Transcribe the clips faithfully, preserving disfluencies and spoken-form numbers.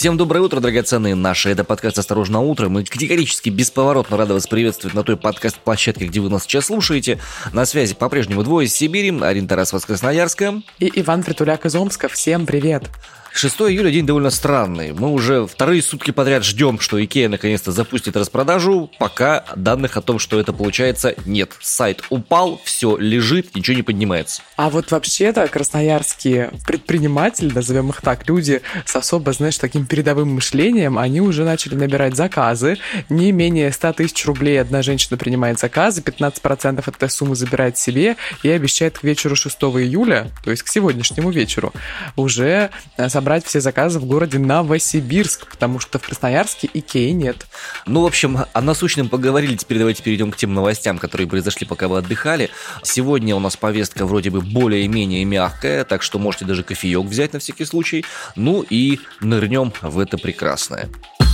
Всем доброе утро, драгоценные наши. Это подкаст «Осторожно, утро». Мы категорически бесповоротно рады вас приветствовать на той подкаст-площадке, где вы нас сейчас слушаете. На связи по-прежнему двое из Сибири. Арина Тарасова из Красноярска. И Иван Притуляк из Омска. Всем привет. шестого июля день довольно странный. Мы уже вторые сутки подряд ждем, что Икеа наконец-то запустит распродажу. Пока данных о том, что это получается, нет. Сайт упал, все лежит, ничего не поднимается. А вот вообще-то красноярские предприниматели, назовем их так, люди с особо, знаешь, таким передовым мышлением, они уже начали набирать заказы. Не менее ста тысяч рублей одна женщина принимает заказы, пятнадцать процентов от этой суммы забирает себе и обещает к вечеру шестого июля, то есть к сегодняшнему вечеру, уже собрать все заказы в городе Новосибирск, потому что в Красноярске Икеи нет. Ну, в общем, о насущном поговорили, теперь давайте перейдем к тем новостям, которые произошли, пока вы отдыхали. Сегодня у нас повестка вроде бы более-менее мягкая, так что можете даже кофеек взять на всякий случай. Ну и нырнем в это прекрасное.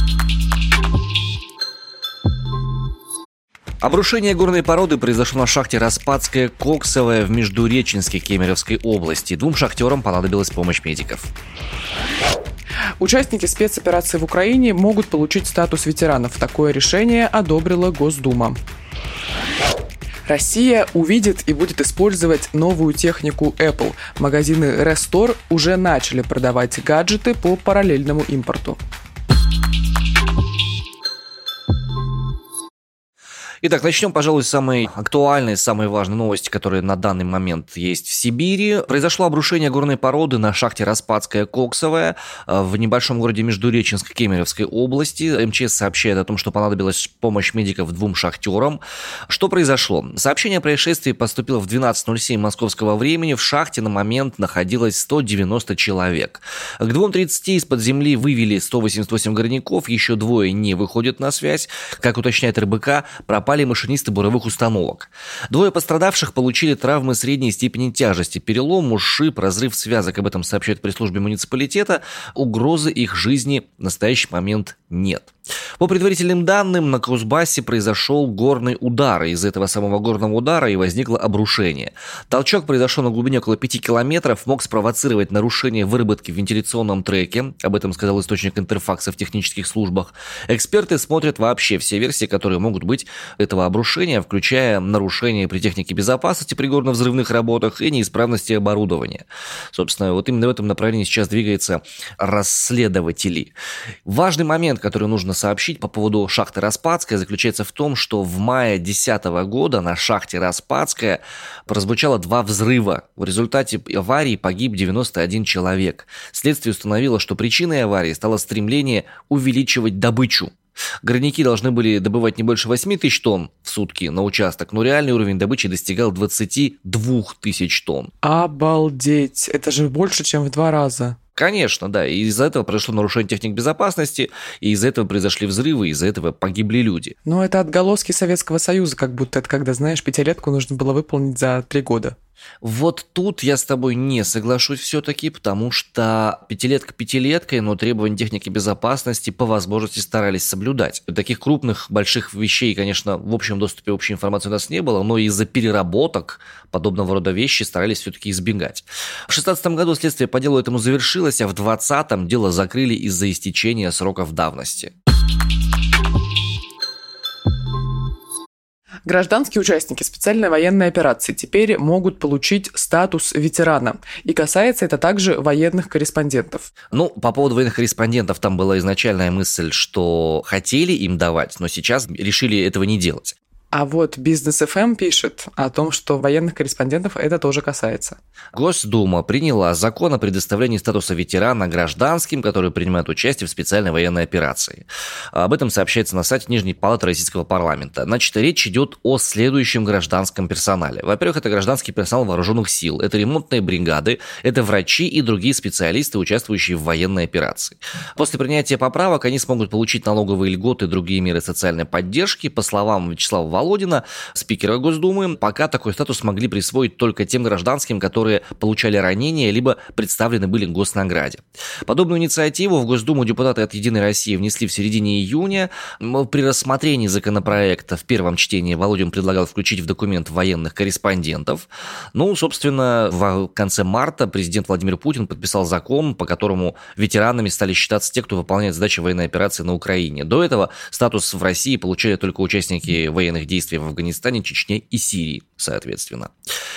Обрушение горной породы произошло на шахте Распадская Коксовая в Междуреченске Кемеровской области. Двум шахтерам понадобилась помощь медиков. Участники спецоперации в Украине могут получить статус ветеранов. Такое решение одобрила Госдума. Россия увидит и будет использовать новую технику Apple. Магазины Restore уже начали продавать гаджеты по параллельному импорту. Итак, начнем, пожалуй, с самой актуальной, самой важной новости, которая на данный момент есть в Сибири. Произошло обрушение горной породы на шахте Распадская Коксовая в небольшом городе Междуреченск Кемеровской области. МЧС сообщает о том, что понадобилась помощь медиков двум шахтерам. Что произошло? Сообщение о происшествии поступило в двенадцать ноль семь московского времени. В шахте на момент находилось сто девяносто человек. К двум тридцати из-под земли вывели сто восемьдесят восемь горняков, еще двое не выходят на связь. Как уточняет эр бэ ка, пропали машинисты буровых установок. Двое пострадавших получили травмы средней степени тяжести: перелом, ушиб, разрыв связок. Об этом сообщают пресс-службе муниципалитета. Угрозы их жизни в настоящий момент нет. По предварительным данным, на Кузбассе произошел горный удар. Из этого самого горного удара и возникло обрушение. Толчок произошел на глубине около пяти километров, мог спровоцировать нарушение выработки в вентиляционном треке. Об этом сказал источник Интерфакса в технических службах. Эксперты смотрят вообще все версии, которые могут быть этого обрушения, включая нарушение при технике безопасности при горно-взрывных работах и неисправности оборудования. Собственно, вот именно в этом направлении сейчас двигаются расследователи. Важный момент, который нужно сообщить по поводу шахты Распадская, заключается в том, что в мае две тысячи десятого года на шахте Распадская прозвучало два взрыва. В результате аварии погиб девяносто один человек. Следствие установило, что причиной аварии стало стремление увеличивать добычу. Горняки должны были добывать не больше восемь тысяч тонн в сутки на участок, но реальный уровень добычи достигал двадцать два тысяч тонн. Обалдеть! Это же больше, чем в два раза. Конечно, да, и из-за этого произошло нарушение техник безопасности, и из-за этого произошли взрывы, и из-за этого погибли люди. Но это отголоски Советского Союза, как будто это когда, знаешь, пятилетку нужно было выполнить за три года. Вот тут я с тобой не соглашусь все-таки, потому что пятилетка пятилеткой, но требования техники безопасности по возможности старались соблюдать. Таких крупных, больших вещей, конечно, в общем доступе общей информации у нас не было, но из-за переработок подобного рода вещи старались все-таки избегать. В шестнадцатом году следствие по делу этому завершилось, а в двадцатом дело закрыли из-за истечения сроков давности. Гражданские участники специальной военной операции теперь могут получить статус ветерана. И касается это также военных корреспондентов. Ну, по поводу военных корреспондентов там была изначальная мысль, что хотели им давать, но сейчас решили этого не делать. А вот Бизнес эф эм пишет о том, что военных корреспондентов это тоже касается. Госдума приняла закон о предоставлении статуса ветерана гражданским, которые принимают участие в специальной военной операции. Об этом сообщается на сайте Нижней палаты Российского парламента. Значит, речь идет о следующем гражданском персонале. Во-первых, это гражданский персонал вооруженных сил, это ремонтные бригады, это врачи и другие специалисты, участвующие в военной операции. После принятия поправок они смогут получить налоговые льготы и другие меры социальной поддержки. По словам Вячеслава Володина, спикера Госдумы, пока такой статус могли присвоить только тем гражданским, которые получали ранения, либо представлены были к госнаграде. Подобную инициативу в Госдуму депутаты от «Единой России» внесли в середине июня. При рассмотрении законопроекта в первом чтении Володин предлагал включить в документ военных корреспондентов. Ну, собственно, в конце марта президент Владимир Путин подписал закон, по которому ветеранами стали считаться те, кто выполняет задачи военной операции на Украине. До этого статус в России получали только участники военных действий в Афганистане, Чечне и Сирии, соответственно.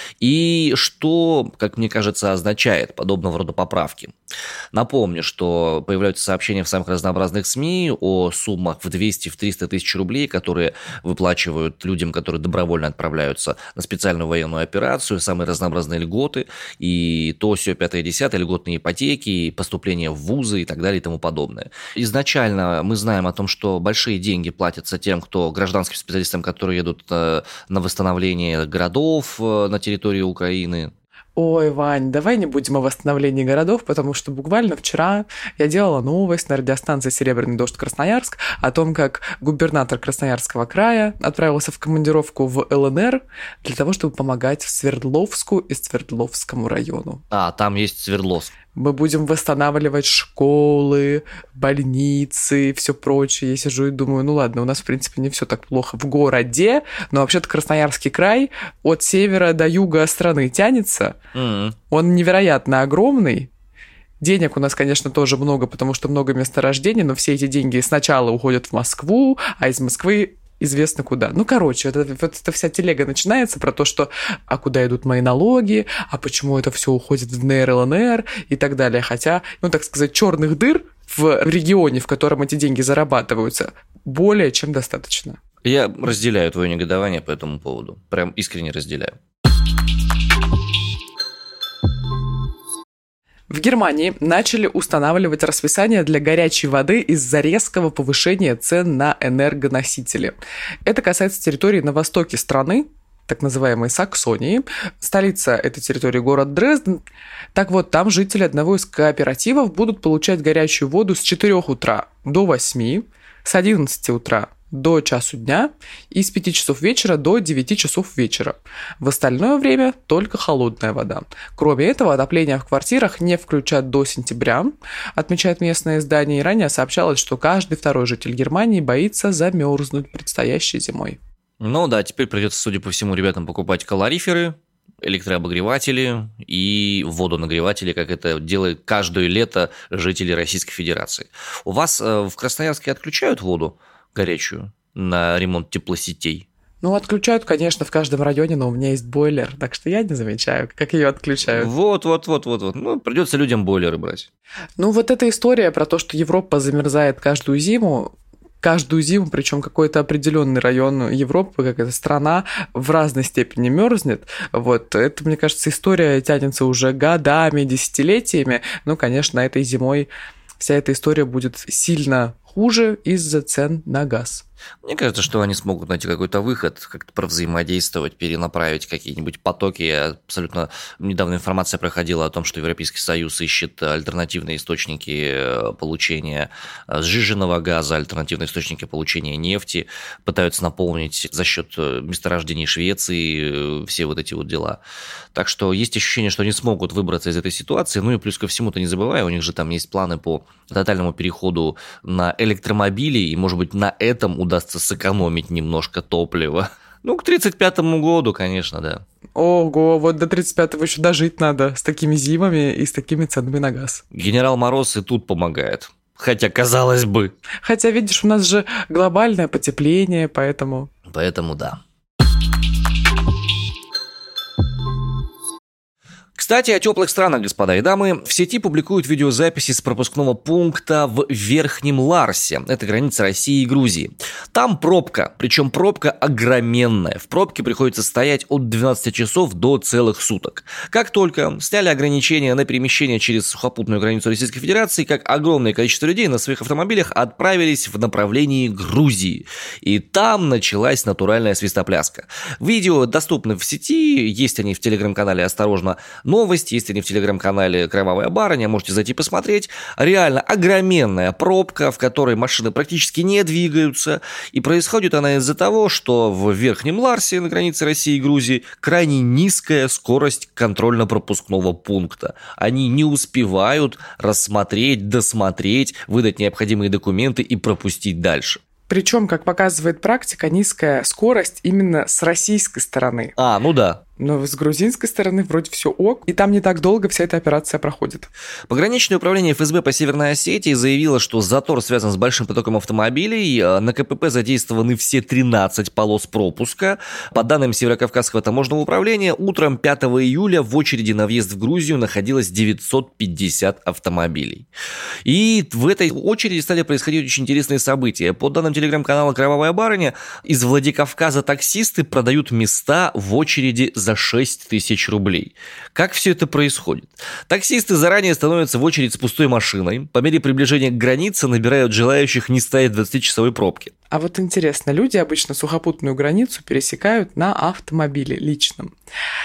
И что, как мне кажется, означает подобного рода поправки? Напомню, что появляются сообщения в самых разнообразных СМИ о суммах в двести-триста тысяч рублей, которые выплачивают людям, которые добровольно отправляются на специальную военную операцию, самые разнообразные льготы, и то, сё, пятое, десятое, льготные ипотеки, поступления в вузы и так далее и тому подобное. Изначально мы знаем о том, что большие деньги платятся тем, кто гражданским специалистам, которые едут на восстановление городов на территории Украины. Ой, Вань, давай не будем о восстановлении городов, потому что буквально вчера я делала новость на радиостанции «Серебряный дождь» Красноярск о том, как губернатор Красноярского края отправился в командировку в ЛНР для того, чтобы помогать в Свердловску и Свердловскому району. А, там есть Свердловск. Мы будем восстанавливать школы, больницы, все прочее. Я сижу и думаю, ну ладно, у нас, в принципе, не все так плохо в городе, но вообще-то Красноярский край от севера до юга страны тянется. Mm-hmm. Он невероятно огромный. Денег у нас, конечно, тоже много, потому что много месторождений, но все эти деньги сначала уходят в Москву, а из Москвы известно куда. Ну, короче, вот, это, вот эта вся телега начинается про то, что а куда идут мои налоги, а почему это все уходит в ДНР, ЛНР и так далее. Хотя, ну, так сказать, черных дыр в регионе, в котором эти деньги зарабатываются, более чем достаточно. Я разделяю твое негодование по этому поводу. Прям искренне разделяю. В Германии начали устанавливать расписание для горячей воды из-за резкого повышения цен на энергоносители. Это касается территории на востоке страны, так называемой Саксонии. Столица этой территории – город Дрезден. Так вот, там жители одного из кооперативов будут получать горячую воду с четырёх утра до восьми, с одиннадцати утра до часу дня и с пяти часов вечера до девяти часов вечера. В остальное время только холодная вода. Кроме этого, отопление в квартирах не включат до сентября, отмечает местное издание, и ранее сообщалось, что каждый второй житель Германии боится замерзнуть предстоящей зимой. Ну да, теперь придется, судя по всему, ребятам покупать калориферы, электрообогреватели и водонагреватели, как это делает каждое лето жители Российской Федерации. У вас в Красноярске отключают воду горячую на ремонт теплосетей? Ну, отключают, конечно, в каждом районе, но у меня есть бойлер, так что я не замечаю, как ее отключают. Вот, вот, вот, вот, вот. Ну, придется людям бойлеры брать. Ну, вот эта история про то, что Европа замерзает каждую зиму, каждую зиму, причем какой-то определенный район Европы, какая-то страна в разной степени мерзнет. Вот это, мне кажется, история тянется уже годами, десятилетиями. Ну, конечно, этой зимой вся эта история будет сильно хуже из-за цен на газ. Мне кажется, что они смогут найти какой-то выход, как-то провзаимодействовать, перенаправить какие-нибудь потоки. Абсолютно недавно информация проходила о том, что Европейский Союз ищет альтернативные источники получения сжиженного газа, альтернативные источники получения нефти, пытаются наполнить за счет месторождений Швеции все вот эти вот дела. Так что есть ощущение, что они смогут выбраться из этой ситуации. Ну и плюс ко всему, ты не забывай, у них же там есть планы по тотальному переходу на электромобили, и, может быть, на этом удастся удастся сэкономить немножко топлива. Ну, к тридцать пятому году, конечно, да. Ого, вот до тридцать пятого еще дожить надо с такими зимами и с такими ценами на газ. Генерал Мороз и тут помогает. Хотя, казалось бы. Хотя, видишь, у нас же глобальное потепление, поэтому... Поэтому да. Кстати, о теплых странах, господа и дамы. В сети публикуют видеозаписи с пропускного пункта в Верхнем Ларсе. Это граница России и Грузии. Там пробка, причем пробка огроменная. В пробке приходится стоять от двенадцати часов до целых суток. Как только сняли ограничения на перемещение через сухопутную границу Российской Федерации, как огромное количество людей на своих автомобилях отправились в направлении Грузии. И там началась натуральная свистопляска. Видео доступны в сети, есть они в телеграм-канале «Осторожно!», но новость, если не в телеграм-канале «Кровавая барыня», можете зайти посмотреть. Реально огроменная пробка, в которой машины практически не двигаются, и происходит она из-за того, что в Верхнем Ларсе, на границе России и Грузии, крайне низкая скорость контрольно-пропускного пункта. Они не успевают рассмотреть, досмотреть, выдать необходимые документы и пропустить дальше. Причем, как показывает практика, низкая скорость именно с российской стороны. А, ну да. Но с грузинской стороны вроде все ок, и там не так долго вся эта операция проходит. Пограничное управление эф эс бэ по Северной Осетии заявило, что затор связан с большим потоком автомобилей. На ка пэ пэ задействованы все тринадцать полос пропуска. По данным Северокавказского таможенного управления, утром пятого июля в очереди на въезд в Грузию находилось девятьсот пятьдесят автомобилей. И в этой очереди стали происходить очень интересные события. По данным телеграм-канала «Кровавая барыня», из Владикавказа таксисты продают места в очереди за шесть тысяч рублей. Как все это происходит? Таксисты заранее становятся в очередь с пустой машиной. По мере приближения к границе набирают желающих не стоять в двадцатичасовой пробке. А вот интересно, люди обычно сухопутную границу пересекают на автомобиле личном.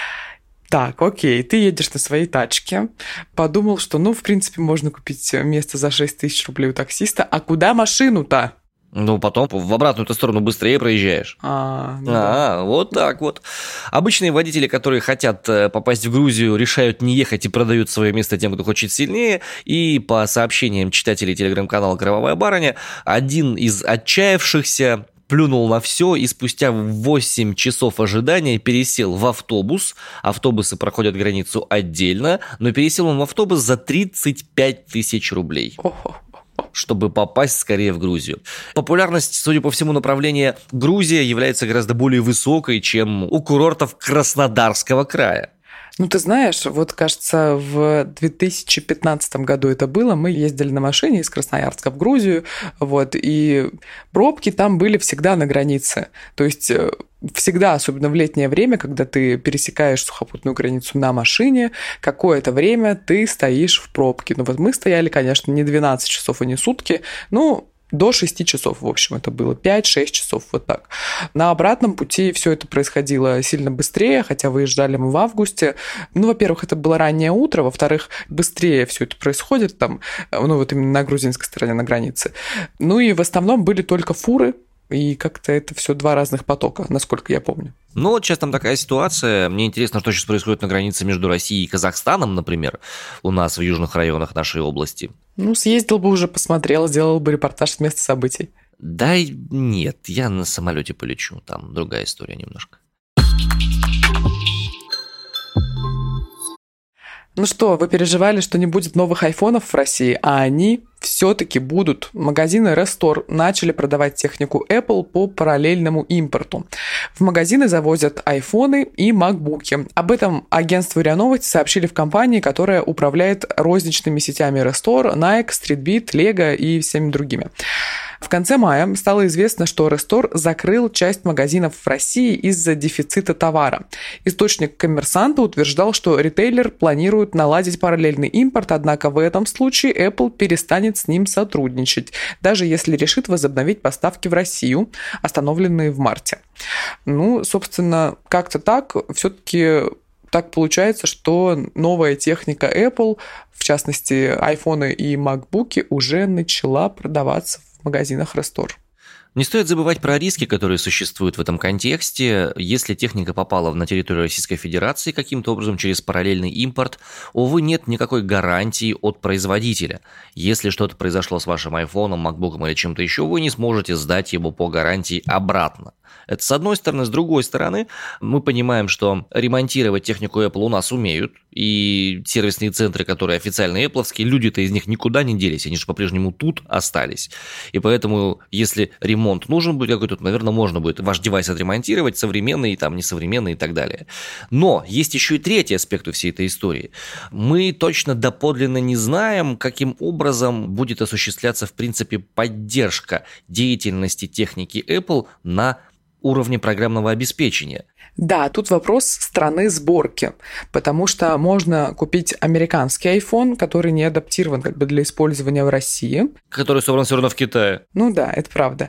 Так, окей, ты едешь на своей тачке, подумал, что, ну, в принципе, можно купить место за шесть тысяч рублей у таксиста, а куда машину-то? Ну, потом в обратную сторону быстрее проезжаешь. А, ну а да. Вот так вот. Обычные водители, которые хотят попасть в Грузию, решают не ехать и продают свое место тем, кто хочет сильнее. И по сообщениям читателей телеграм-канала «Кровавая барыня», один из отчаявшихся плюнул на все и спустя восемь часов ожидания пересел в автобус. Автобусы проходят границу отдельно, но пересел он в автобус за тридцать пять тысяч рублей. Ого. Чтобы попасть скорее в Грузию. Популярность, судя по всему, направления Грузия является гораздо более высокой, чем у курортов Краснодарского края. Ну, ты знаешь, вот, кажется, в две тысячи пятнадцатом году это было, мы ездили на машине из Красноярска в Грузию, вот, и пробки там были всегда на границе, то есть всегда, особенно в летнее время, когда ты пересекаешь сухопутную границу на машине, какое-то время ты стоишь в пробке. Ну, вот мы стояли, конечно, не двенадцать часов и не сутки, ну, до шести часов, в общем, это было пять-шесть часов, вот так. На обратном пути все это происходило сильно быстрее, хотя выезжали мы в августе. Ну, во-первых, это было раннее утро, во-вторых, быстрее все это происходит там, ну, вот именно на грузинской стороне, на границе. Ну, и в основном были только фуры, и как-то это все два разных потока, насколько я помню. Ну, вот сейчас там такая ситуация. Мне интересно, что сейчас происходит на границе между Россией и Казахстаном, например, у нас в южных районах нашей области. Ну, съездил бы уже, посмотрел, сделал бы репортаж с места событий. Да нет, я на самолете полечу, там другая история немножко. Ну что, вы переживали, что не будет новых айфонов в России, а они все-таки будут. Магазины Restore начали продавать технику Apple по параллельному импорту. В магазины завозят айфоны и макбуки. Об этом агентству РИА Новости сообщили в компании, которая управляет розничными сетями Restore, Nike, Streetbeat, Lego и всеми другими. В конце мая стало известно, что Restore закрыл часть магазинов в России из-за дефицита товара. Источник «Коммерсанта» утверждал, что ритейлер планирует наладить параллельный импорт, однако в этом случае Apple перестанет с ним сотрудничать, даже если решит возобновить поставки в Россию, остановленные в марте. Ну, собственно, как-то так, все-таки так получается, что новая техника Apple, в частности, айфоны и макбуки, уже начала продаваться в магазинах Restore. Не стоит забывать про риски, которые существуют в этом контексте. Если техника попала на территорию Российской Федерации каким-то образом через параллельный импорт, увы, нет никакой гарантии от производителя. Если что-то произошло с вашим айфоном, макбуком или чем-то еще, вы не сможете сдать его по гарантии обратно. Это с одной стороны. С другой стороны, мы понимаем, что ремонтировать технику Apple у нас умеют, и сервисные центры, которые официально Apple'овские, люди-то из них никуда не делись, они же по-прежнему тут остались. И поэтому, если ремонт нужен будет какой-то, то, наверное, можно будет ваш девайс отремонтировать, современный, там, несовременный и так далее. Но есть еще и третий аспект у всей этой истории. Мы точно доподлинно не знаем, каким образом будет осуществляться, в принципе, поддержка деятельности техники Apple на уровне программного обеспечения. Да, тут вопрос страны сборки, потому что можно купить американский iPhone, который не адаптирован как бы для использования в России. Который собран все равно в Китае. Ну да, это правда.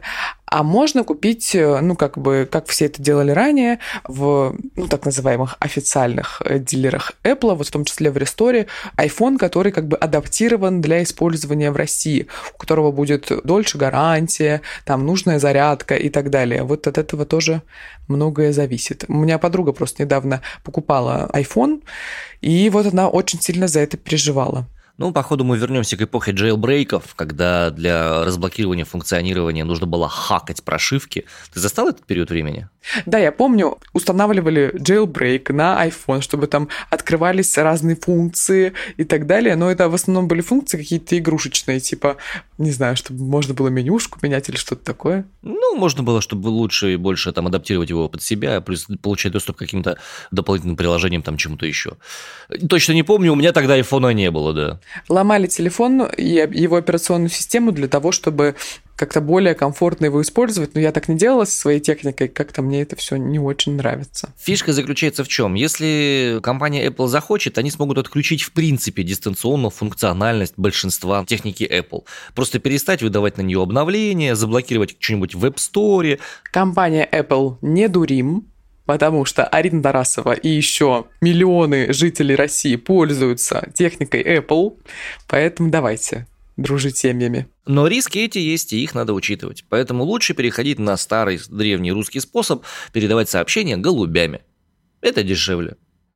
А можно купить, ну, как бы, как все это делали ранее, в, ну, так называемых официальных дилерах Apple, вот в том числе в Ресторе, iPhone, который как бы адаптирован для использования в России, у которого будет дольше гарантия, там нужная зарядка и так далее. Вот от этого тоже многое зависит. У меня подруга просто недавно покупала iPhone, и вот она очень сильно за это переживала. Ну, походу, мы вернемся к эпохе джейлбрейков, когда для разблокирования функционирования нужно было хакать прошивки. Ты застал этот период времени? Да, я помню, устанавливали jailbreak на iPhone, чтобы там открывались разные функции и так далее, но это в основном были функции какие-то игрушечные, типа, не знаю, чтобы можно было менюшку менять или что-то такое. Ну, можно было, чтобы лучше и больше там адаптировать его под себя, плюс получать доступ к каким-то дополнительным приложениям, там чему-то еще. Точно не помню, у меня тогда айфона не было, да. Ломали телефон и его операционную систему для того, чтобы как-то более комфортно его использовать, но я так не делала со своей техникой, как-то мне это все не очень нравится. Фишка заключается в чем? Если компания Apple захочет, они смогут отключить в принципе дистанционно функциональность большинства техники Apple. Просто перестать выдавать на нее обновления, заблокировать что-нибудь в App Store. Компания Apple не дурим, потому что Арина Тарасова и еще миллионы жителей России пользуются техникой Apple, поэтому давайте дружить семьями. Но риски эти есть, и их надо учитывать. Поэтому лучше переходить на старый древний русский способ передавать сообщения голубями. Это дешевле.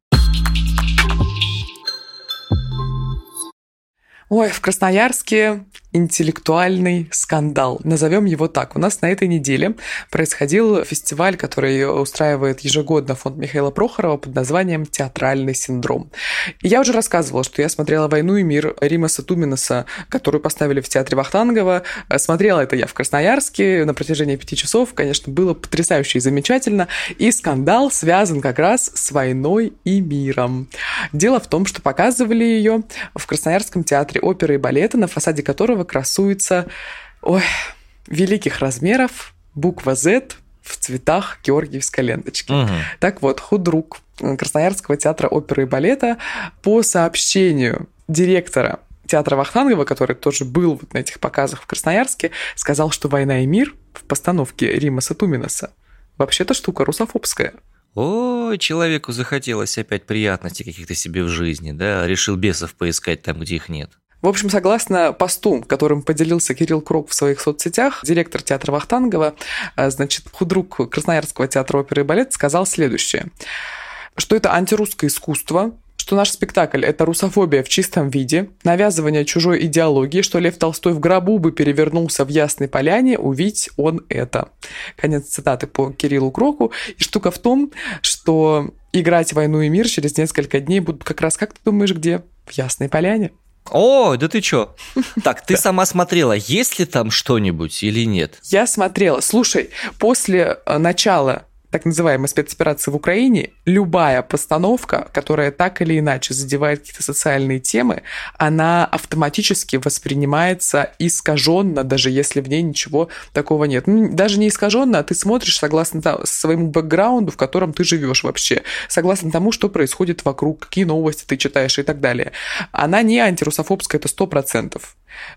Ой, в Красноярске интеллектуальный скандал. Назовем его так. У нас на этой неделе происходил фестиваль, который устраивает ежегодно фонд Михаила Прохорова под названием «Театральный синдром». И я уже рассказывала, что я смотрела «Войну и мир» Римаса Туминаса, которую поставили в театре Вахтангова. Смотрела это я в Красноярске на протяжении пяти часов. Конечно, было потрясающе и замечательно. И скандал связан как раз с «Войной и миром». Дело в том, что показывали ее в Красноярском театре оперы и балета, на фасаде которого красуется, ой, великих размеров буква Z в цветах георгиевской ленточки. Угу. Так вот, худрук Красноярского театра оперы и балета по сообщению директора театра Вахтангова, который тоже был вот на этих показах в Красноярске, сказал, что «Война и мир» в постановке Римаса Туминаса вообще-то штука русофобская. Ой, человеку захотелось опять приятностей каких-то себе в жизни, да, решил бесов поискать там, где их нет. В общем, согласно посту, которым поделился Кирилл Крок в своих соцсетях, директор театра Вахтангова, значит, худрук Красноярского театра оперы и балета сказал следующее, что это антирусское искусство, что наш спектакль – это русофобия в чистом виде, навязывание чужой идеологии, что Лев Толстой в гробу бы перевернулся в Ясной Поляне, увидеть он это. Конец цитаты по Кириллу Кроку. И штука в том, что играть «Войну и мир» через несколько дней будут как раз, как ты думаешь, где? В Ясной Поляне. О, да ты чё? Так, ты сама смотрела, есть ли там что-нибудь или нет? Я смотрела. Слушай, после начала так называемой спецоперации в Украине, любая постановка, которая так или иначе задевает какие-то социальные темы, она автоматически воспринимается искаженно, даже если в ней ничего такого нет. Ну, даже не искаженно, а ты смотришь согласно своему бэкграунду, в котором ты живешь вообще, согласно тому, что происходит вокруг, какие новости ты читаешь и так далее. Она не антирусофобская, это сто процентов.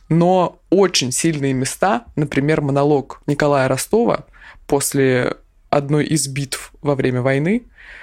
Но очень сильные места, например, монолог Николая Ростова после одной из битв во время войны,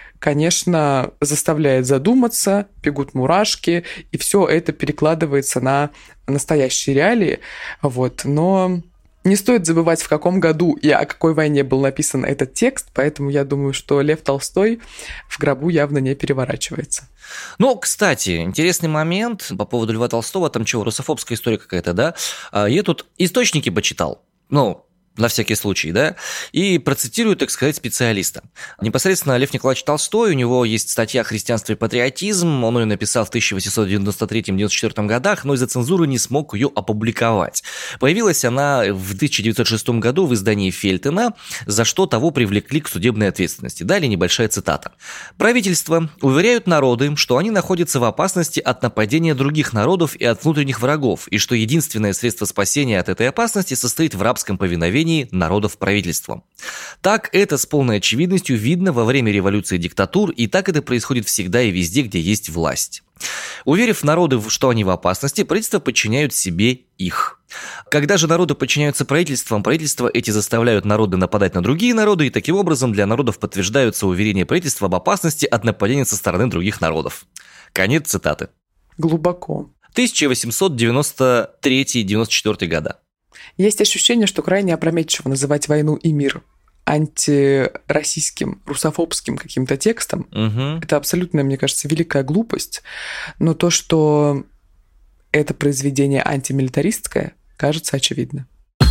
конечно, заставляет задуматься, бегут мурашки, и все это перекладывается на настоящие реалии. Вот. Но не стоит забывать, в каком году и о какой войне был написан этот текст, поэтому я думаю, что Лев Толстой в гробу явно не переворачивается. Ну, кстати, интересный момент по поводу Льва Толстого, там чего, русофобская история какая-то, да? Я тут источники почитал, ну, на всякий случай, да, и процитирую, так сказать, специалиста. Непосредственно Лев Николаевич Толстой, у него есть статья «Христианство и патриотизм», он ее написал в тысяча восемьсот девяносто третьем — девяносто четвёртом годах, но из-за цензуры не смог ее опубликовать. Появилась она в тысяча девятьсот шестом году в издании Фельтона, за что того привлекли к судебной ответственности. Далее небольшая цитата. «Правительства уверяют народы, что они находятся в опасности от нападения других народов и от внутренних врагов, и что единственное средство спасения от этой опасности состоит в рабском повиновении управлении народов правительством. Так это с полной очевидностью видно во время революции и диктатур, и так это происходит всегда и везде, где есть власть. Уверив народы, что они в опасности, правительства подчиняют себе их. Когда же народы подчиняются правительствам, правительства эти заставляют народы нападать на другие народы, и таким образом для народов подтверждаются уверения правительства об опасности от нападения со стороны других народов. Конец цитаты. Глубоко. тысяча восемьсот девяносто третий — девяносто четвёртый года. Есть ощущение, что крайне опрометчиво называть войну и мир антироссийским, русофобским каким-то текстом. Угу. Это абсолютно, мне кажется, великая глупость. Но то, что это произведение антимилитаристское, кажется очевидно.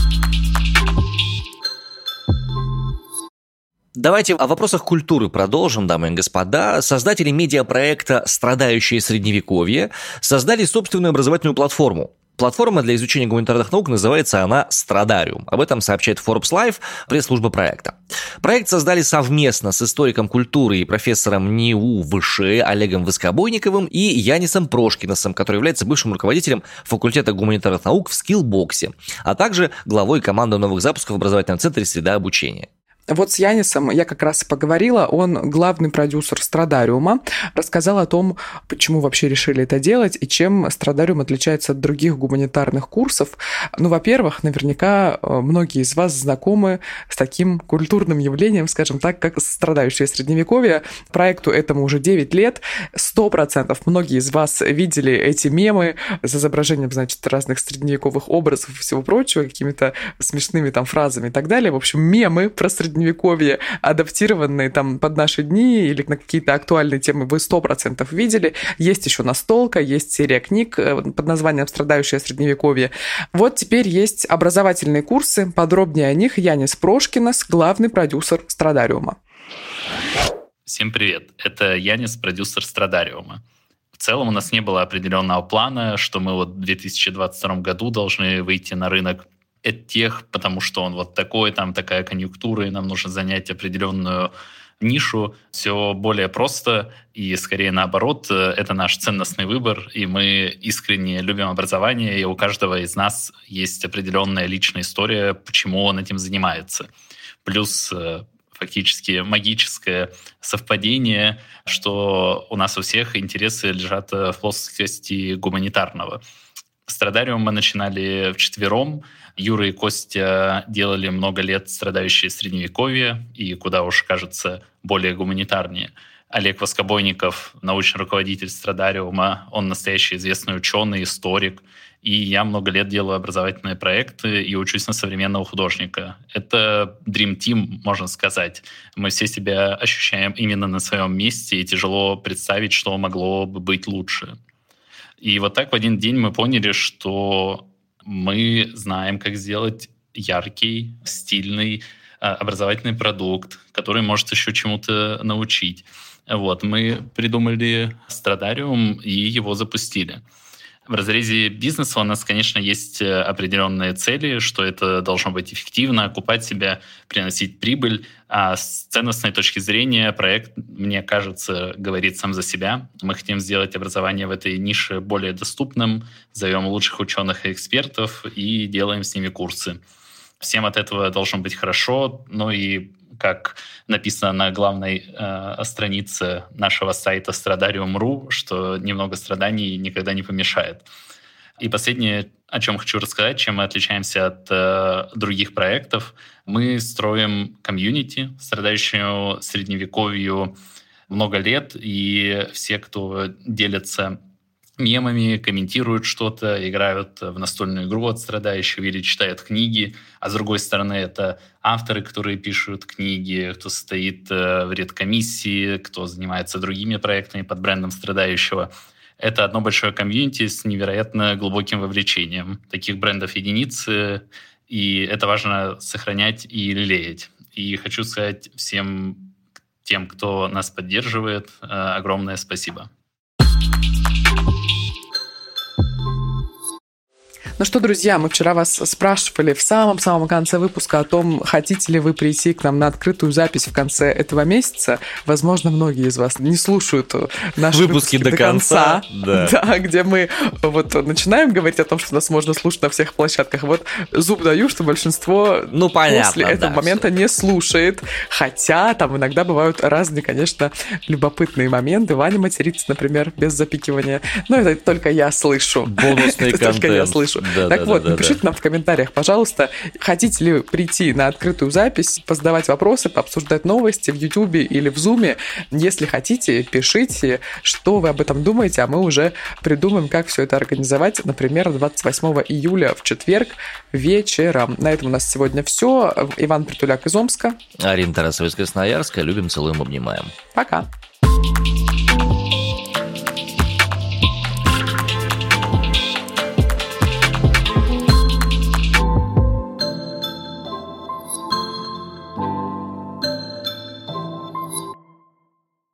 Давайте о вопросах культуры продолжим, дамы и господа. Создатели медиапроекта «Страдающее Средневековье» создали собственную образовательную платформу. Платформа для изучения гуманитарных наук, называется она «Страдариум». Об этом сообщает Forbes Live, пресс-служба проекта. Проект создали совместно с историком культуры и профессором НИУ ВШЭ Олегом Воскобойниковым и Янисом Прошкиносом, который является бывшим руководителем факультета гуманитарных наук в Skillbox, а также главой команды новых запусков в образовательном центре «Среда обучения». Вот с Янисом я как раз и поговорила, он главный продюсер Страдариума, рассказал о том, почему вообще решили это делать и чем Страдариум отличается от других гуманитарных курсов. Ну, во-первых, наверняка многие из вас знакомы с таким культурным явлением, скажем так, как «Страдающее Средневековье». Проекту этому уже девять лет, сто процентов многие из вас видели эти мемы с изображением, значит, разных средневековых образов и всего прочего, какими-то смешными там фразами и так далее. В общем, мемы про Средневековье, адаптированные там под наши дни или на какие-то актуальные темы, вы сто процентов видели. Есть еще настолка, есть серия книг под названием «Страдающее Средневековье». Вот теперь есть образовательные курсы. Подробнее о них Янис Прошкинос, главный продюсер Страдариума. Всем привет. Это Янис, продюсер Страдариума. В целом у нас не было определенного плана, что мы вот в две тысячи двадцать втором году должны выйти на рынок EdTech, потому что он вот такой, там такая конъюнктура, и нам нужно занять определенную нишу. Все более просто и скорее наоборот. Это наш ценностный выбор, и мы искренне любим образование, и у каждого из нас есть определенная личная история, почему он этим занимается. Плюс фактически магическое совпадение, что у нас у всех интересы лежат в плоскости гуманитарного. Страдариум мы начинали вчетвером. Юра и Костя делали много лет «Страдающее Средневековье», и куда уж, кажется, более гуманитарнее. Олег Воскобойников, научный руководитель Страдариума, он настоящий известный ученый, историк. И я много лет делаю образовательные проекты и учусь на современного художника. Это Dream Team, можно сказать. Мы все себя ощущаем именно на своем месте, и тяжело представить, что могло бы быть лучше. И вот так в один день мы поняли, что мы знаем, как сделать яркий, стильный образовательный продукт, который может еще чему-то научить. Вот, мы придумали Страдариум и его запустили. В разрезе бизнеса у нас, конечно, есть определенные цели, что это должно быть эффективно, окупать себя, приносить прибыль. А с ценностной точки зрения проект, мне кажется, говорит сам за себя. Мы хотим сделать образование в этой нише более доступным, зовем лучших ученых и экспертов и делаем с ними курсы. Всем от этого должно быть хорошо, ну и как написано на главной э, странице нашего сайта страдариум точка ру, что немного страданий никогда не помешает. И последнее, о чем хочу рассказать, чем мы отличаемся от э, других проектов. Мы строим комьюнити, страдающую Средневековью много лет, и все, кто делятся мемами, комментируют что-то, играют в настольную игру от страдающего или читают книги. А с другой стороны, это авторы, которые пишут книги, кто стоит в редкомиссии, кто занимается другими проектами под брендом страдающего. Это одно большое комьюнити с невероятно глубоким вовлечением. Таких брендов единицы, и это важно сохранять и лелеять. И хочу сказать всем тем, кто нас поддерживает, огромное спасибо. Ну что, друзья, мы вчера вас спрашивали в самом-самом конце выпуска о том, хотите ли вы прийти к нам на открытую запись в конце этого месяца. Возможно, многие из вас не слушают наши выпуски, выпуски до, до конца, конца да. Да, где мы вот начинаем говорить о том, что нас можно слушать на всех площадках. Вот зуб даю, что большинство ну, понятно, после этого да, момента все. не слушает. Хотя там иногда бывают разные, конечно, любопытные моменты. Ваня матерится, например, без запикивания. Но это только я слышу. Бонусный контент. Только я слышу. Да, так да, вот, да, напишите да. нам в комментариях, пожалуйста, хотите ли вы прийти на открытую запись, позадавать вопросы, пообсуждать новости в Ютубе или в Зуме. Если хотите, пишите, что вы об этом думаете, а мы уже придумаем, как все это организовать, например, двадцать восьмого июля в четверг вечером. На этом у нас сегодня все. Иван Притуляк из Омска. Арина Тарасова из Красноярска. Любим, целуем, обнимаем. Пока.